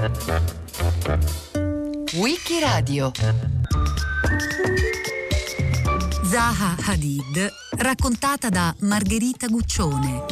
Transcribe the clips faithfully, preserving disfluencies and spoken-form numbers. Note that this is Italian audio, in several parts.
Wikiradio. Zaha Hadid, raccontata da Margherita Guccione.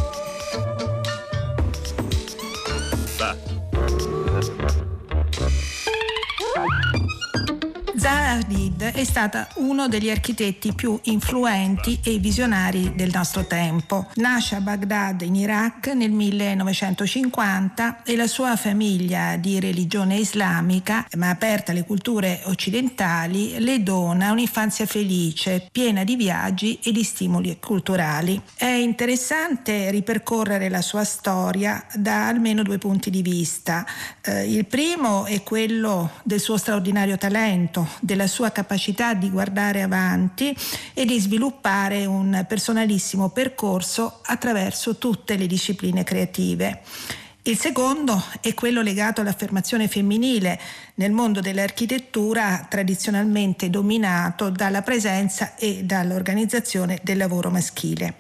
Zaha Hadid è stata uno degli architetti più influenti e visionari del nostro tempo. Nasce a Baghdad in Iraq nel millenovecentocinquanta e la sua famiglia di religione islamica, ma aperta alle culture occidentali, le dona un'infanzia felice, piena di viaggi e di stimoli culturali. È interessante ripercorrere la sua storia da almeno due punti di vista. Eh, il primo è quello del suo straordinario talento, della sua capacità di guardare avanti e di sviluppare un personalissimo percorso attraverso tutte le discipline creative. Il secondo è quello legato all'affermazione femminile nel mondo dell'architettura tradizionalmente dominato dalla presenza e dall'organizzazione del lavoro maschile.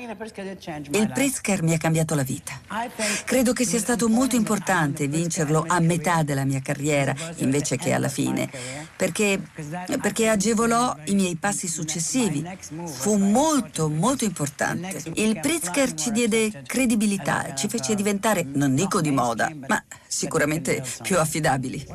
Il Pritzker mi ha cambiato la vita. Credo che sia stato molto importante vincerlo a metà della mia carriera invece che alla fine, perché, perché agevolò i miei passi successivi. Fu molto, molto importante. Il Pritzker ci diede credibilità, ci fece diventare, non dico di moda, ma sicuramente più affidabili.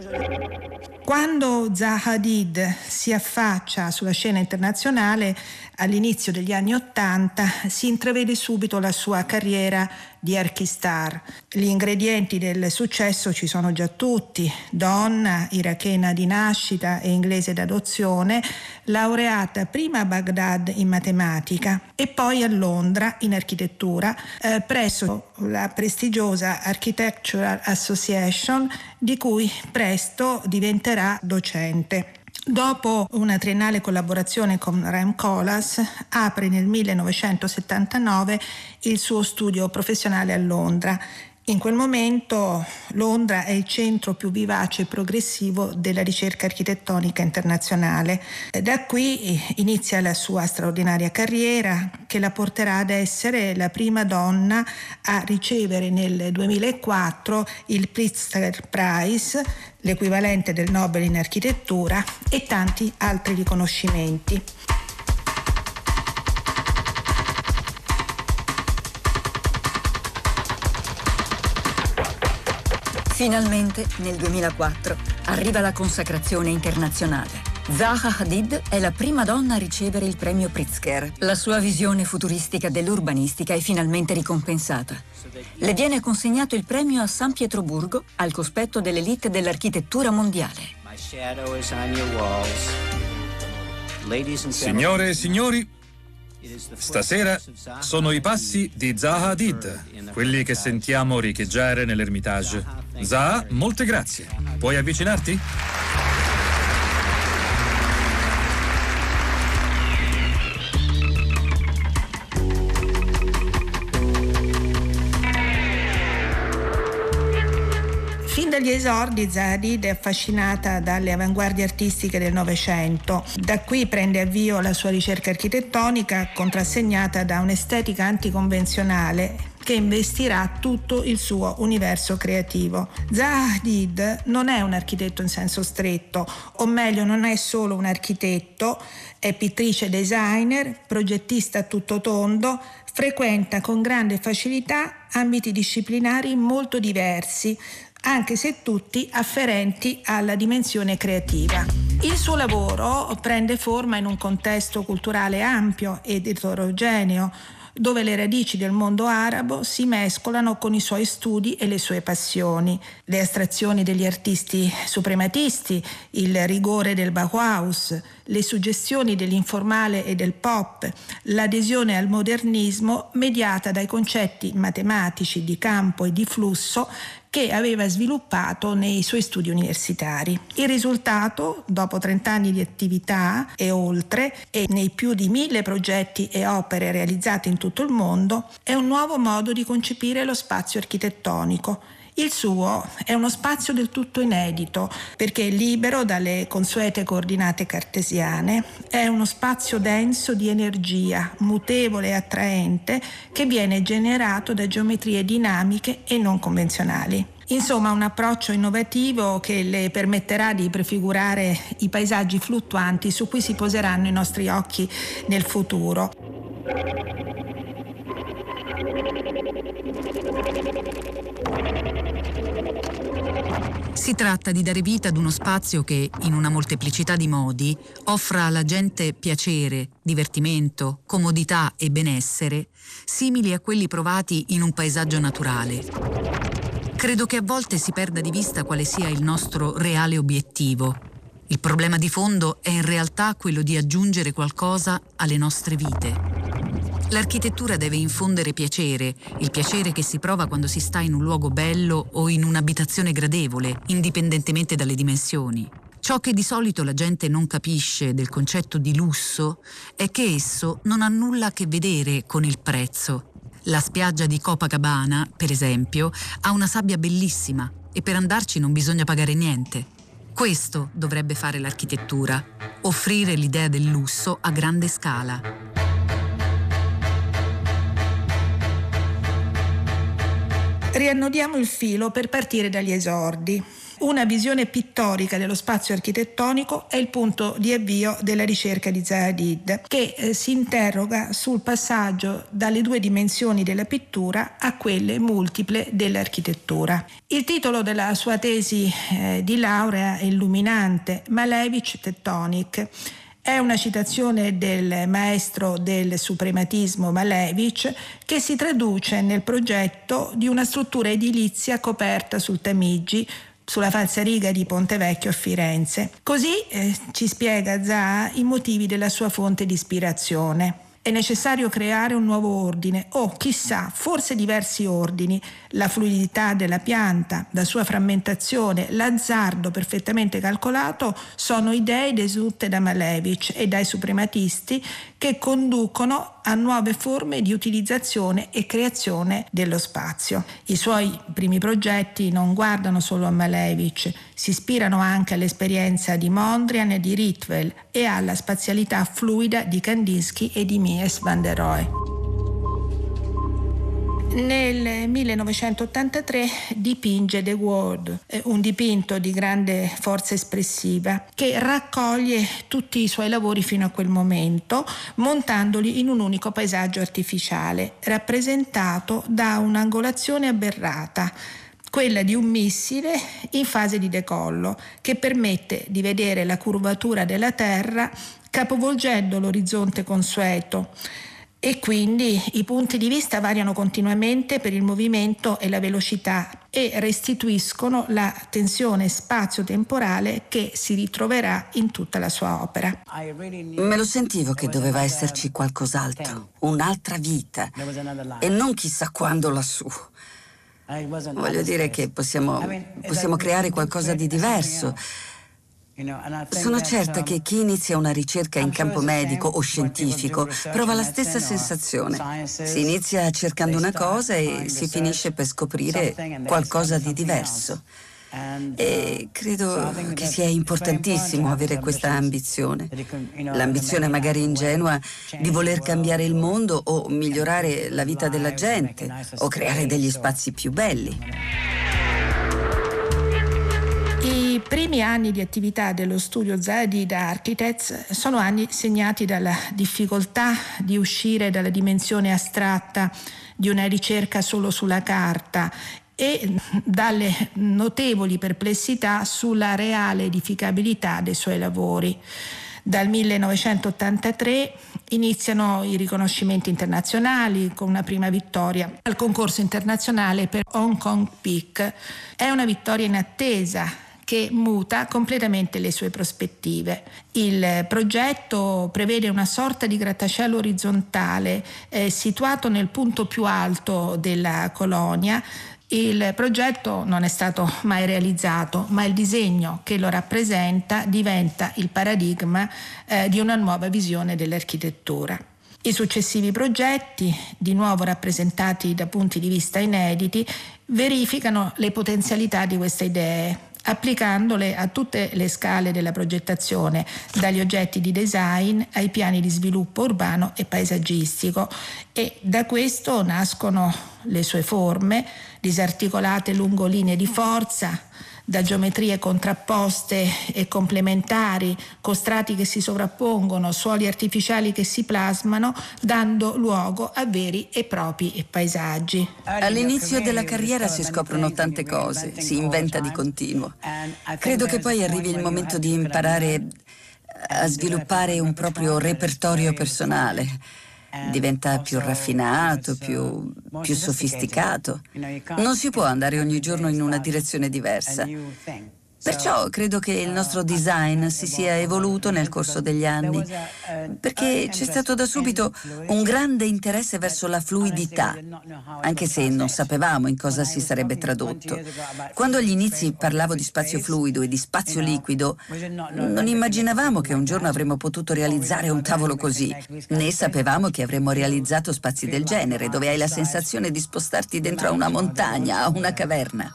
Quando Zaha Hadid si affaccia sulla scena internazionale all'inizio degli anni Ottanta, si intravede subito la sua carriera di archistar. Gli ingredienti del successo ci sono già tutti: donna, irachena di nascita e inglese d'adozione, laureata prima a Baghdad in matematica e poi a Londra in architettura eh, presso la prestigiosa Architectural Association, di cui presto diventerà docente. Dopo una triennale collaborazione con Rem Koolhaas, apre nel millenovecentosettantanove il suo studio professionale a Londra. In quel momento Londra è il centro più vivace e progressivo della ricerca architettonica internazionale. Da qui inizia la sua straordinaria carriera, che la porterà ad essere la prima donna a ricevere nel duemilaquattro il Pritzker Prize, l'equivalente del Nobel in architettura, e tanti altri riconoscimenti. Finalmente, nel duemilaquattro, arriva la consacrazione internazionale. Zaha Hadid è la prima donna a ricevere il premio Pritzker. La sua visione futuristica dell'urbanistica è finalmente ricompensata. Le viene consegnato il premio a San Pietroburgo, al cospetto dell'elite dell'architettura mondiale. Signore e signori, stasera sono i passi di Zaha Hadid, quelli che sentiamo riecheggiare nell'Ermitage. Zaha, molte grazie. Puoi avvicinarti? Fin dagli esordi Zaha Hadid è affascinata dalle avanguardie artistiche del Novecento. Da qui prende avvio la sua ricerca architettonica, contrassegnata da un'estetica anticonvenzionale che investirà tutto il suo universo creativo. Zaha Hadid non è un architetto in senso stretto, o meglio non è solo un architetto, è pittrice designer, progettista a tutto tondo, frequenta con grande facilità ambiti disciplinari molto diversi, anche se tutti afferenti alla dimensione creativa. Il suo lavoro prende forma in un contesto culturale ampio ed eterogeneo, dove le radici del mondo arabo si mescolano con i suoi studi e le sue passioni. Le astrazioni degli artisti suprematisti, il rigore del Bauhaus, le suggestioni dell'informale e del pop, l'adesione al modernismo mediata dai concetti matematici di campo e di flusso che aveva sviluppato nei suoi studi universitari. Il risultato, dopo trent'anni di attività e oltre, e nei più di mille progetti e opere realizzate in tutto il mondo, è un nuovo modo di concepire lo spazio architettonico. Il suo è uno spazio del tutto inedito, perché è libero dalle consuete coordinate cartesiane, è uno spazio denso di energia, mutevole e attraente, che viene generato da geometrie dinamiche e non convenzionali. Insomma, un approccio innovativo che le permetterà di prefigurare i paesaggi fluttuanti su cui si poseranno i nostri occhi nel futuro. Si tratta di dare vita ad uno spazio che, in una molteplicità di modi, offra alla gente piacere, divertimento, comodità e benessere, simili a quelli provati in un paesaggio naturale. Credo che a volte si perda di vista quale sia il nostro reale obiettivo. Il problema di fondo è in realtà quello di aggiungere qualcosa alle nostre vite. L'architettura deve infondere piacere, il piacere che si prova quando si sta in un luogo bello o in un'abitazione gradevole, indipendentemente dalle dimensioni. Ciò che di solito la gente non capisce del concetto di lusso è che esso non ha nulla a che vedere con il prezzo. La spiaggia di Copacabana, per esempio, ha una sabbia bellissima e per andarci non bisogna pagare niente. Questo dovrebbe fare l'architettura, offrire l'idea del lusso a grande scala. Riannodiamo il filo per partire dagli esordi. Una visione pittorica dello spazio architettonico è il punto di avvio della ricerca di Zaha Hadid, che eh, si interroga sul passaggio dalle due dimensioni della pittura a quelle multiple dell'architettura. Il titolo della sua tesi eh, di laurea è illuminante, Malevich Tectonic. È una citazione del maestro del suprematismo Malevich che si traduce nel progetto di una struttura edilizia coperta sul Tamigi, sulla falsariga di Ponte Vecchio a Firenze. Così eh, ci spiega Zaha i motivi della sua fonte di ispirazione. È necessario creare un nuovo ordine o, chissà, forse diversi ordini. La fluidità della pianta, la sua frammentazione, l'azzardo perfettamente calcolato sono idee desunte da Malevich e dai suprematisti che conducono a nuove forme di utilizzazione e creazione dello spazio. I suoi primi progetti non guardano solo a Malevich, si ispirano anche all'esperienza di Mondrian e di Rietveld e alla spazialità fluida di Kandinsky e di Mies van der Rohe. Nel millenovecentottantatré dipinge The World, un dipinto di grande forza espressiva che raccoglie tutti i suoi lavori fino a quel momento, montandoli in un unico paesaggio artificiale, rappresentato da un'angolazione aberrata, quella di un missile in fase di decollo, che permette di vedere la curvatura della Terra capovolgendo l'orizzonte consueto. E quindi i punti di vista variano continuamente per il movimento e la velocità e restituiscono la tensione spazio-temporale che si ritroverà in tutta la sua opera. Me lo sentivo che doveva esserci qualcos'altro, un'altra vita, e non chissà quando lassù. Voglio dire che possiamo, possiamo creare qualcosa di diverso. Sono certa che chi inizia una ricerca in campo medico o scientifico prova la stessa sensazione. Si inizia cercando una cosa e si finisce per scoprire qualcosa di diverso. E credo che sia importantissimo avere questa ambizione. L'ambizione magari ingenua di voler cambiare il mondo o migliorare la vita della gente o creare degli spazi più belli. I primi anni di attività dello studio Zaha Hadid Architects sono anni segnati dalla difficoltà di uscire dalla dimensione astratta di una ricerca solo sulla carta e dalle notevoli perplessità sulla reale edificabilità dei suoi lavori. Dal millenovecentottantatré iniziano i riconoscimenti internazionali con una prima vittoria al concorso internazionale per Hong Kong Peak. È una vittoria in attesa che muta completamente le sue prospettive. Il progetto prevede una sorta di grattacielo orizzontale eh, situato nel punto più alto della colonia. Il progetto non è stato mai realizzato, ma il disegno che lo rappresenta diventa il paradigma eh, di una nuova visione dell'architettura. I successivi progetti, di nuovo rappresentati da punti di vista inediti, verificano le potenzialità di queste idee. applicandole a tutte le scale della progettazione, dagli oggetti di design ai piani di sviluppo urbano e paesaggistico, e da questo nascono le sue forme disarticolate lungo linee di forza, da geometrie contrapposte e complementari, con strati che si sovrappongono, suoli artificiali che si plasmano, dando luogo a veri e propri paesaggi. All'inizio della carriera si scoprono tante cose, si inventa di continuo. Credo che poi arrivi il momento di imparare a sviluppare un proprio repertorio personale. Diventa più raffinato, più, più sofisticato. Non si può andare ogni giorno in una direzione diversa. Perciò credo che il nostro design si sia evoluto nel corso degli anni, perché c'è stato da subito un grande interesse verso la fluidità, anche se non sapevamo in cosa si sarebbe tradotto. Quando agli inizi parlavo di spazio fluido e di spazio liquido, non immaginavamo che un giorno avremmo potuto realizzare un tavolo così, né sapevamo che avremmo realizzato spazi del genere, dove hai la sensazione di spostarti dentro a una montagna, a una caverna.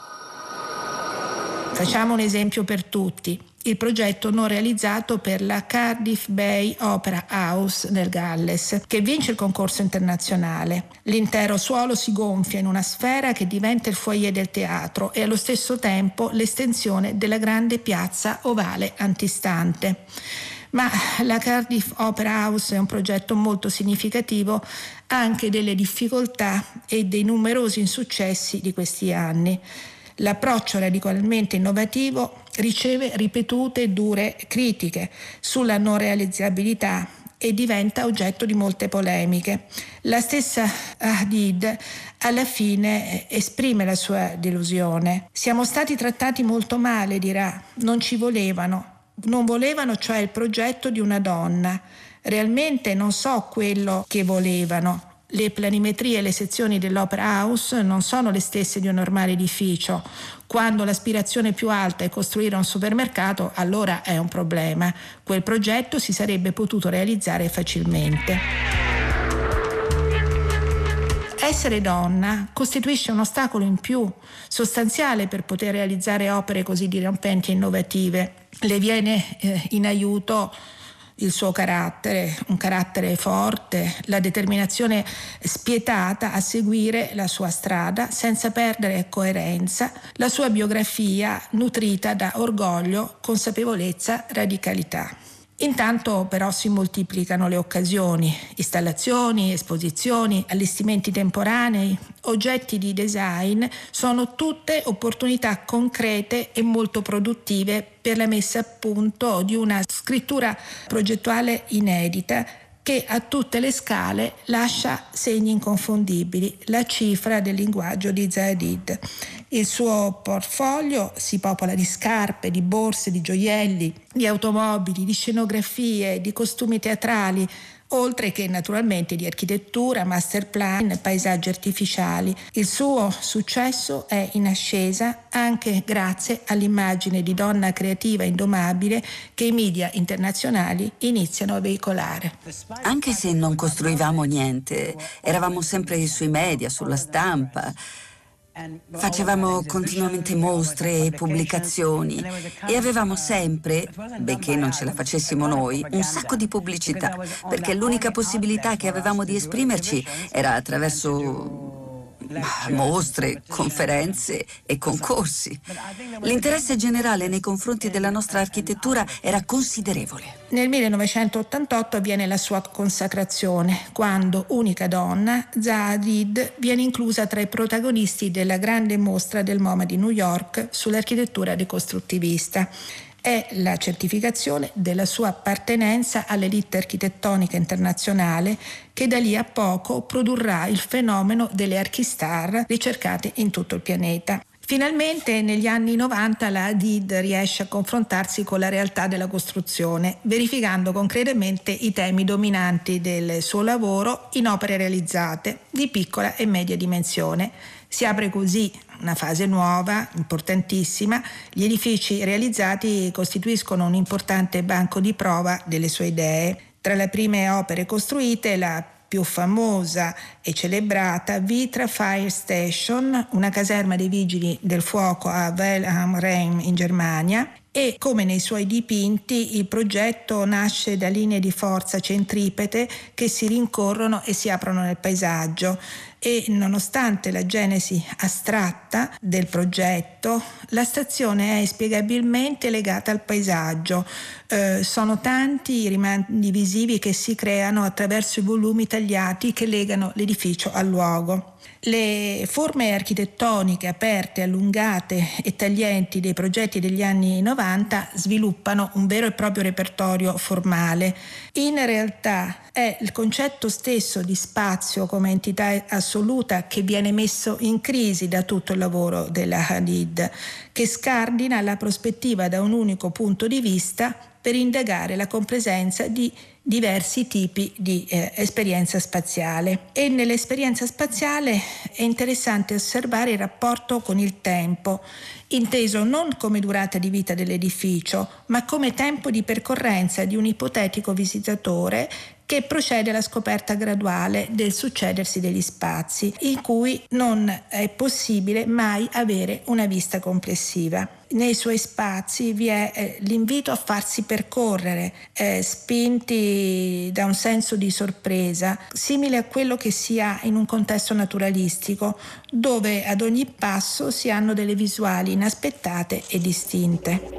Facciamo un esempio per tutti: il progetto non realizzato per la Cardiff Bay Opera House nel Galles, che vince il concorso internazionale. L'intero suolo si gonfia in una sfera che diventa il foyer del teatro e allo stesso tempo l'estensione della grande piazza ovale antistante. Ma la Cardiff Opera House è un progetto molto significativo anche delle difficoltà e dei numerosi insuccessi di questi anni. L'approccio radicalmente innovativo riceve ripetute e dure critiche sulla non realizzabilità e diventa oggetto di molte polemiche. La stessa Hadid alla fine esprime la sua delusione. Siamo stati trattati molto male, dirà, non ci volevano. Non volevano, cioè, il progetto di una donna. Realmente non so quello che volevano. Le planimetrie e le sezioni dell'Opera House non sono le stesse di un normale edificio. Quando l'aspirazione più alta è costruire un supermercato, allora è un problema. Quel progetto si sarebbe potuto realizzare facilmente. Essere donna costituisce un ostacolo in più, sostanziale per poter realizzare opere così dirompenti e innovative. Le viene eh, in aiuto il suo carattere, un carattere forte, la determinazione spietata a seguire la sua strada senza perdere coerenza, la sua biografia nutrita da orgoglio, consapevolezza, radicalità. Intanto però si moltiplicano le occasioni, installazioni, esposizioni, allestimenti temporanei, oggetti di design, sono tutte opportunità concrete e molto produttive per la messa a punto di una scrittura progettuale inedita che a tutte le scale lascia segni inconfondibili, la cifra del linguaggio di Zaha Hadid. Il suo portfolio si popola di scarpe, di borse, di gioielli, di automobili, di scenografie, di costumi teatrali, oltre che naturalmente di architettura, master plan, paesaggi artificiali. Il suo successo è in ascesa anche grazie all'immagine di donna creativa indomabile che i media internazionali iniziano a veicolare. Anche se non costruivamo niente, eravamo sempre sui media, sulla stampa. Facevamo continuamente mostre e pubblicazioni e avevamo sempre, benché non ce la facessimo noi, un sacco di pubblicità, perché l'unica possibilità che avevamo di esprimerci era attraverso mostre, conferenze e concorsi. L'interesse generale nei confronti della nostra architettura era considerevole. Nel millenovecentottantotto avviene la sua consacrazione, quando, unica donna, Zaha Hadid viene inclusa tra i protagonisti della grande mostra del MoMA di New York sull'architettura decostruttivista. È la certificazione della sua appartenenza all'elite architettonica internazionale che da lì a poco produrrà il fenomeno delle archistar ricercate in tutto il pianeta. Finalmente negli anni novanta la Hadid riesce a confrontarsi con la realtà della costruzione, verificando concretamente i temi dominanti del suo lavoro in opere realizzate di piccola e media dimensione. Si apre così una fase nuova, importantissima. Gli edifici realizzati costituiscono un importante banco di prova delle sue idee. Tra le prime opere costruite, la più famosa e celebrata Vitra Fire Station, una caserma dei vigili del fuoco a Weil am Rhein in Germania. E come nei suoi dipinti, il progetto nasce da linee di forza centripete che si rincorrono e si aprono nel paesaggio. E nonostante la genesi astratta del progetto, la stazione è inspiegabilmente legata al paesaggio. Eh, sono tanti i rimandi visivi che si creano attraverso i volumi tagliati che legano l'edificio al luogo. Le forme architettoniche aperte, allungate e taglienti dei progetti degli anni novanta sviluppano un vero e proprio repertorio formale. In realtà è il concetto stesso di spazio come entità assoluta che viene messo in crisi da tutto il lavoro della Hadid, che scardina la prospettiva da un unico punto di vista per indagare la compresenza di diversi tipi di eh, esperienza spaziale. E nell'esperienza spaziale è interessante osservare il rapporto con il tempo, inteso non come durata di vita dell'edificio, ma come tempo di percorrenza di un ipotetico visitatore che procede alla scoperta graduale del succedersi degli spazi, in cui non è possibile mai avere una vista complessiva. Nei suoi spazi vi è eh, l'invito a farsi percorrere, eh, spinti da un senso di sorpresa, simile a quello che si ha in un contesto naturalistico, dove ad ogni passo si hanno delle visuali inaspettate e distinte.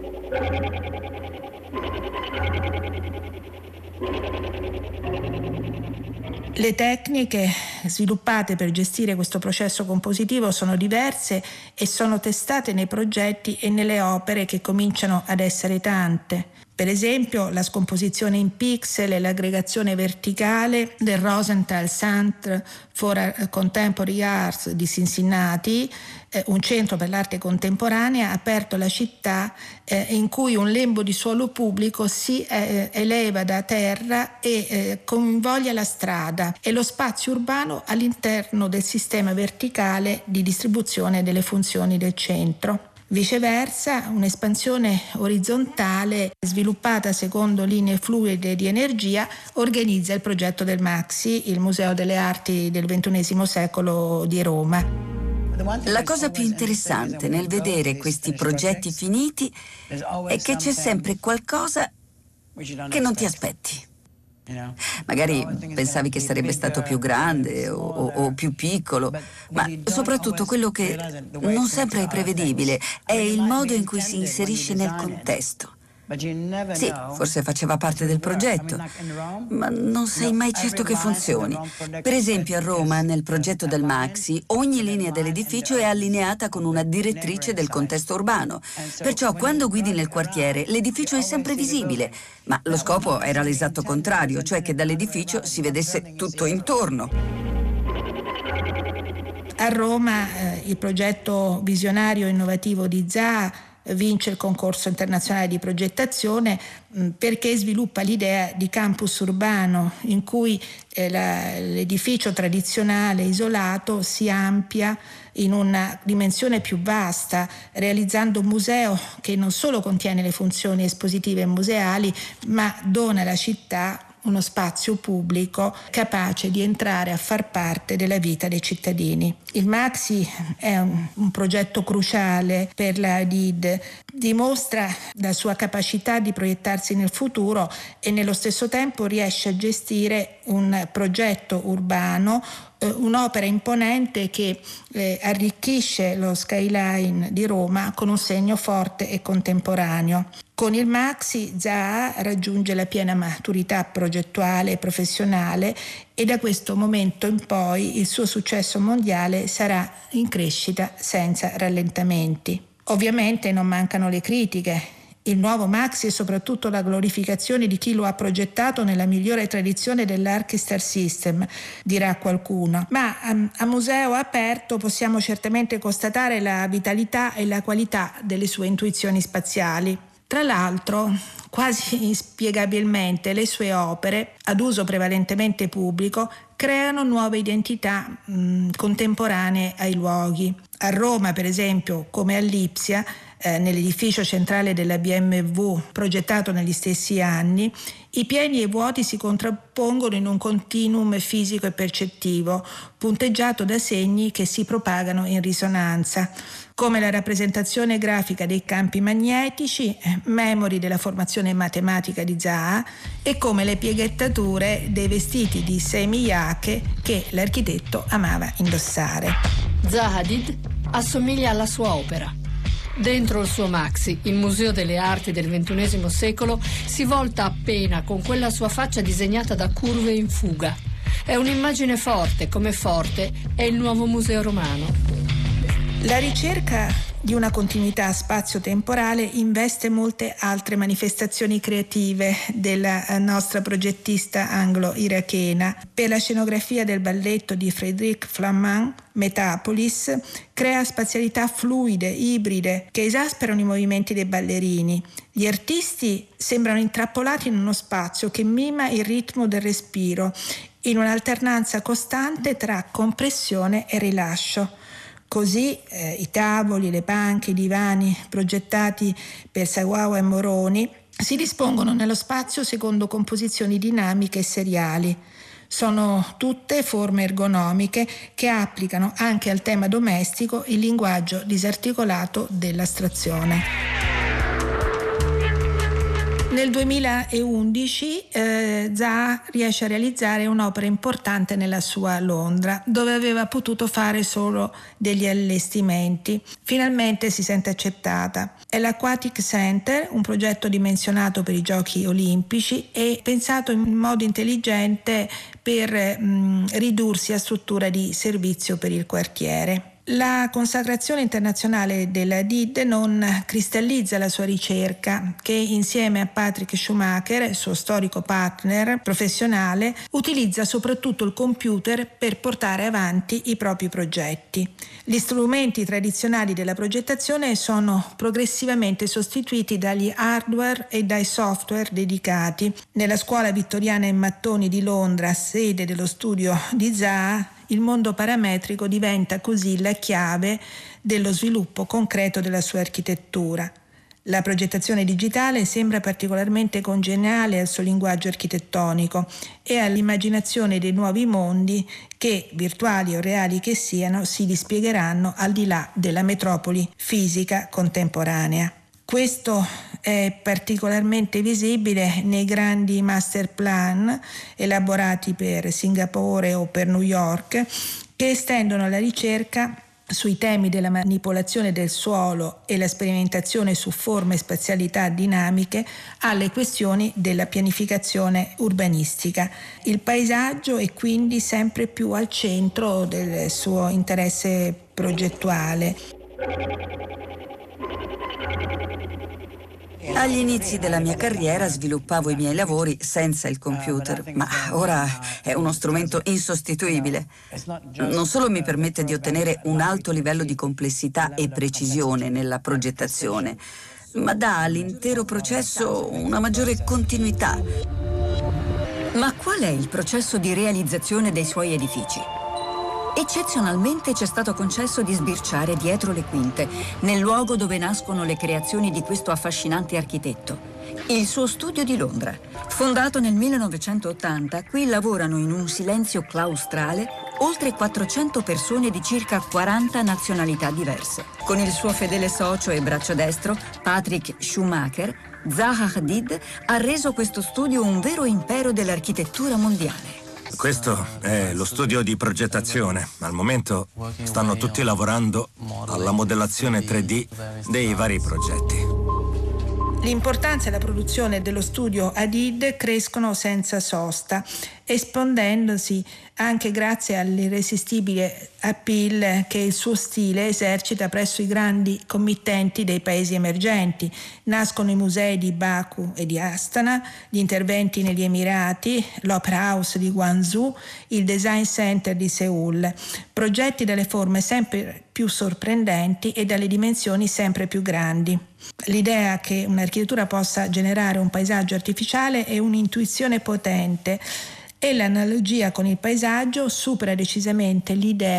Le tecniche sviluppate per gestire questo processo compositivo sono diverse e sono testate nei progetti e nelle opere che cominciano ad essere tante. Per esempio la scomposizione in pixel e l'aggregazione verticale del Rosenthal Center for Contemporary Arts di Cincinnati, eh, un centro per l'arte contemporanea aperto alla città, eh, in cui un lembo di suolo pubblico si eh, eleva da terra e eh, convoglia la strada e lo spazio urbano all'interno del sistema verticale di distribuzione delle funzioni del centro. Viceversa, un'espansione orizzontale sviluppata secondo linee fluide di energia organizza il progetto del MAXXI, il Museo delle Arti del ventunesimo secolo di Roma. La cosa più interessante nel vedere questi progetti finiti è che c'è sempre qualcosa che non ti aspetti. Magari pensavi che sarebbe stato più grande o, o, o più piccolo, ma soprattutto quello che non sempre è prevedibile è il modo in cui si inserisce nel contesto. Sì, forse faceva parte del progetto, ma non sei mai certo che funzioni. Per esempio a Roma, nel progetto del MAXXI, ogni linea dell'edificio è allineata con una direttrice del contesto urbano. Perciò quando guidi nel quartiere, l'edificio è sempre visibile, ma lo scopo era l'esatto contrario, cioè che dall'edificio si vedesse tutto intorno. A Roma eh, il progetto visionario innovativo di Zaha vince il concorso internazionale di progettazione mh, perché sviluppa l'idea di campus urbano in cui eh, la, l'edificio tradizionale isolato si amplia in una dimensione più vasta, realizzando un museo che non solo contiene le funzioni espositive e museali, ma dona alla città uno spazio pubblico capace di entrare a far parte della vita dei cittadini. Il MAXXI è un, un progetto cruciale per la Hadid, dimostra la sua capacità di proiettarsi nel futuro e nello stesso tempo riesce a gestire un progetto urbano, eh, un'opera imponente che eh, arricchisce lo skyline di Roma con un segno forte e contemporaneo. Con il MAXXI Zaha raggiunge la piena maturità progettuale e professionale e da questo momento in poi il suo successo mondiale sarà in crescita senza rallentamenti. Ovviamente non mancano le critiche. Il nuovo MAXXI è soprattutto la glorificazione di chi lo ha progettato nella migliore tradizione dell'Archistar System, dirà qualcuno. Ma a, a museo aperto possiamo certamente constatare la vitalità e la qualità delle sue intuizioni spaziali. Tra l'altro, quasi inspiegabilmente, le sue opere, ad uso prevalentemente pubblico, creano nuove identità mh, contemporanee ai luoghi. A Roma, per esempio, come a Lipsia, eh, nell'edificio centrale della B M W, progettato negli stessi anni, i pieni e i vuoti si contrappongono in un continuum fisico e percettivo, punteggiato da segni che si propagano in risonanza, come la rappresentazione grafica dei campi magnetici, memori della formazione matematica di Zaha, e come le pieghettature dei vestiti di Semiyake che l'architetto amava indossare. Zaha Hadid assomiglia alla sua opera. Dentro il suo Maxi, il Museo delle Arti del ventunesimo secolo, si volta appena con quella sua faccia disegnata da curve in fuga. È un'immagine forte, come forte è il nuovo Museo Romano. La ricerca di una continuità spazio-temporale investe molte altre manifestazioni creative della nostra progettista anglo-irachena. Per la scenografia del balletto di Frédéric Flamand, Metapolis, crea spazialità fluide, ibride, che esasperano i movimenti dei ballerini. Gli artisti sembrano intrappolati in uno spazio che mima il ritmo del respiro, in un'alternanza costante tra compressione e rilascio. Così eh, i tavoli, le panche, i divani progettati per Saguaua e Moroni si dispongono nello spazio secondo composizioni dinamiche e seriali. Sono tutte forme ergonomiche che applicano anche al tema domestico il linguaggio disarticolato dell'astrazione. Nel duemilaundici eh, Zaha riesce a realizzare un'opera importante nella sua Londra, dove aveva potuto fare solo degli allestimenti. Finalmente si sente accettata. È l'Aquatic Center, un progetto dimensionato per i Giochi Olimpici e pensato in modo intelligente per mh, ridursi a struttura di servizio per il quartiere. La consacrazione internazionale della Hadid non cristallizza la sua ricerca, che insieme a Patrick Schumacher, suo storico partner professionale, utilizza soprattutto il computer per portare avanti i propri progetti. Gli strumenti tradizionali della progettazione sono progressivamente sostituiti dagli hardware e dai software dedicati. Nella scuola vittoriana in mattoni di Londra, sede dello studio di Zaha, il mondo parametrico diventa così la chiave dello sviluppo concreto della sua architettura. La progettazione digitale sembra particolarmente congeniale al suo linguaggio architettonico e all'immaginazione dei nuovi mondi che, virtuali o reali che siano, si dispiegheranno al di là della metropoli fisica contemporanea. Questo è particolarmente visibile nei grandi master plan elaborati per Singapore o per New York, che estendono la ricerca sui temi della manipolazione del suolo e la sperimentazione su forme e spazialità dinamiche alle questioni della pianificazione urbanistica. Il paesaggio è quindi sempre più al centro del suo interesse progettuale. Agli inizi della mia carriera sviluppavo i miei lavori senza il computer, ma ora è uno strumento insostituibile. Non solo mi permette di ottenere un alto livello di complessità e precisione nella progettazione, ma dà all'intero processo una maggiore continuità. Ma qual è il processo di realizzazione dei suoi edifici? Eccezionalmente ci è stato concesso di sbirciare dietro le quinte, nel luogo dove nascono le creazioni di questo affascinante architetto, il suo studio di Londra. Fondato nel millenovecentottanta, qui lavorano in un silenzio claustrale oltre quattrocento persone di circa quaranta nazionalità diverse. Con il suo fedele socio e braccio destro, Patrick Schumacher, Zaha Hadid ha reso questo studio un vero impero dell'architettura mondiale. Questo è lo studio di progettazione. Al momento stanno tutti lavorando alla modellazione tre D dei vari progetti. L'importanza e la produzione dello studio Hadid crescono senza sosta, espandendosi anche grazie all'irresistibile appeal che il suo stile esercita presso i grandi committenti dei paesi emergenti. Nascono i musei di Baku e di Astana, gli interventi negli Emirati, l'Opera House di Guangzhou, il Design Center di Seoul, progetti dalle forme sempre più sorprendenti e dalle dimensioni sempre più grandi. L'idea che un'architettura possa generare un paesaggio artificiale è un'intuizione potente e l'analogia con il paesaggio supera decisamente l'idea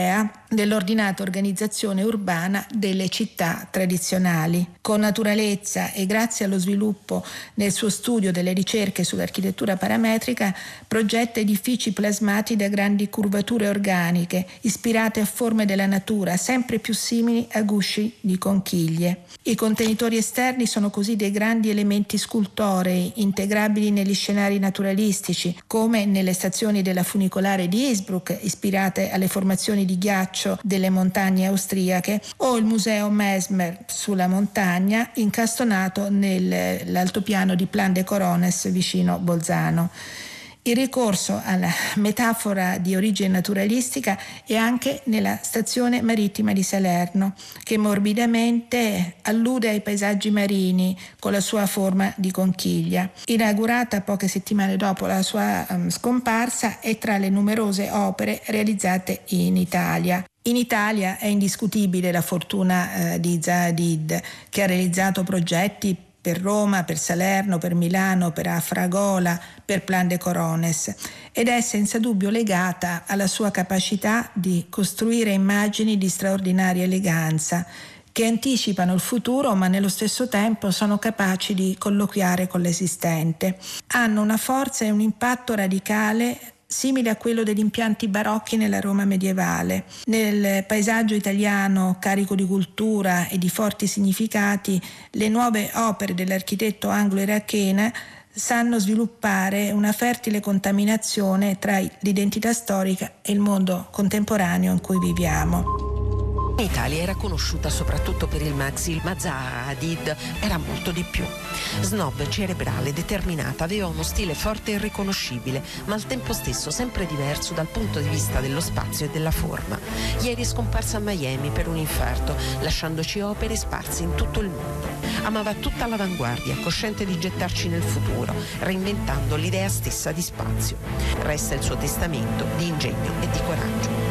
dell'ordinata organizzazione urbana delle città tradizionali. Con naturalezza e grazie allo sviluppo nel suo studio delle ricerche sull'architettura parametrica, progetta edifici plasmati da grandi curvature organiche, ispirate a forme della natura, sempre più simili a gusci di conchiglie. I contenitori esterni sono così dei grandi elementi scultorei, integrabili negli scenari naturalistici, come nelle stazioni della funicolare di Innsbruck, ispirate alle formazioni di ghiaccio delle montagne austriache, o il museo Mesmer sulla montagna, incastonato nell'altopiano di Plan de Corones vicino Bolzano. Il ricorso alla metafora di origine naturalistica è anche nella stazione marittima di Salerno, che morbidamente allude ai paesaggi marini con la sua forma di conchiglia. Inaugurata poche settimane dopo la sua um, scomparsa, è tra le numerose opere realizzate in Italia. In Italia è indiscutibile la fortuna eh, di Zaha Hadid, che ha realizzato progetti per Roma, per Salerno, per Milano, per Afragola, per Plan de Corones, ed è senza dubbio legata alla sua capacità di costruire immagini di straordinaria eleganza, che anticipano il futuro ma nello stesso tempo sono capaci di colloquiare con l'esistente. Hanno una forza e un impatto radicale simile a quello degli impianti barocchi nella Roma medievale. Nel paesaggio italiano carico di cultura e di forti significati, le nuove opere dell'architetto anglo-irachena sanno sviluppare una fertile contaminazione tra l'identità storica e il mondo contemporaneo in cui viviamo. In Italia era conosciuta soprattutto per il maxi, ma Zaha Hadid era molto di più. Snob, cerebrale, determinata, aveva uno stile forte e riconoscibile, ma al tempo stesso sempre diverso dal punto di vista dello spazio e della forma. Ieri è scomparsa a Miami per un infarto, lasciandoci opere sparse in tutto il mondo. Amava tutta l'avanguardia, cosciente di gettarci nel futuro, reinventando l'idea stessa di spazio. Resta il suo testamento di ingegno e di coraggio.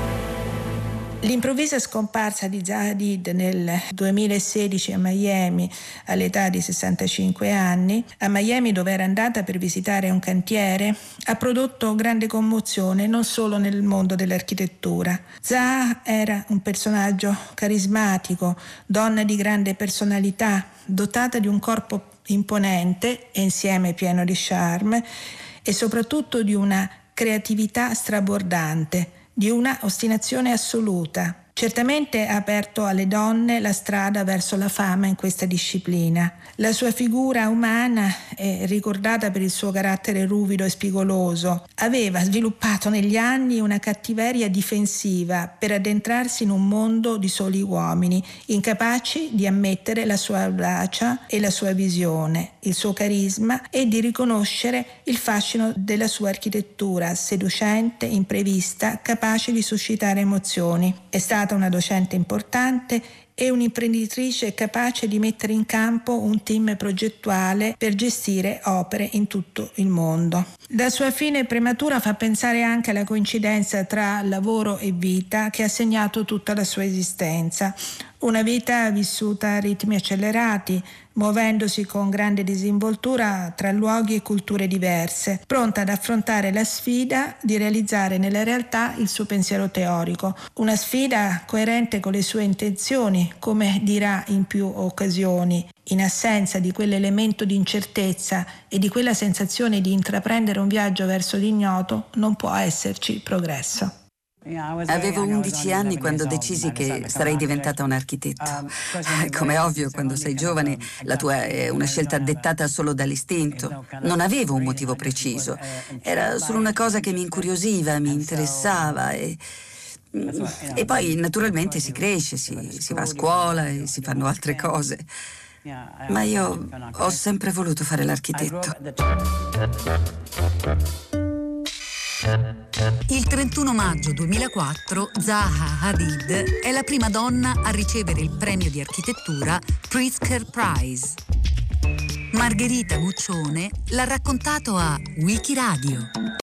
L'improvvisa scomparsa di Zaha Hadid nel duemilasedici a Miami all'età di sessantacinque anni, a Miami dove era andata per visitare un cantiere, ha prodotto grande commozione non solo nel mondo dell'architettura. Zaha era un personaggio carismatico, donna di grande personalità, dotata di un corpo imponente e insieme pieno di charme e soprattutto di una creatività strabordante, di una ostinazione assoluta. Certamente ha aperto alle donne la strada verso la fama in questa disciplina. La sua figura umana è ricordata per il suo carattere ruvido e spigoloso. Aveva sviluppato negli anni una cattiveria difensiva per addentrarsi in un mondo di soli uomini, incapaci di ammettere la sua audacia e la sua visione, il suo carisma e di riconoscere il fascino della sua architettura, seducente, imprevista, capace di suscitare emozioni. È stata una docente importante e un'imprenditrice capace di mettere in campo un team progettuale per gestire opere in tutto il mondo. La sua fine prematura fa pensare anche alla coincidenza tra lavoro e vita che ha segnato tutta la sua esistenza. Una vita vissuta a ritmi accelerati, muovendosi con grande disinvoltura tra luoghi e culture diverse, pronta ad affrontare la sfida di realizzare nella realtà il suo pensiero teorico. Una sfida coerente con le sue intenzioni, come dirà in più occasioni. In assenza di quell'elemento di incertezza e di quella sensazione di intraprendere un viaggio verso l'ignoto, non può esserci progresso. Avevo undici anni quando decisi che sarei diventata un architetto. Come è ovvio, quando sei giovane la tua è una scelta dettata solo dall'istinto. Non avevo un motivo preciso. Era solo una cosa che mi incuriosiva, mi interessava e... E poi naturalmente si cresce, si, si va a scuola e si fanno altre cose. Ma io ho sempre voluto fare l'architetto. Il trentuno maggio duemilaquattro Zaha Hadid è la prima donna a ricevere il premio di architettura Pritzker Prize. Margherita Guccione l'ha raccontato a Wikiradio.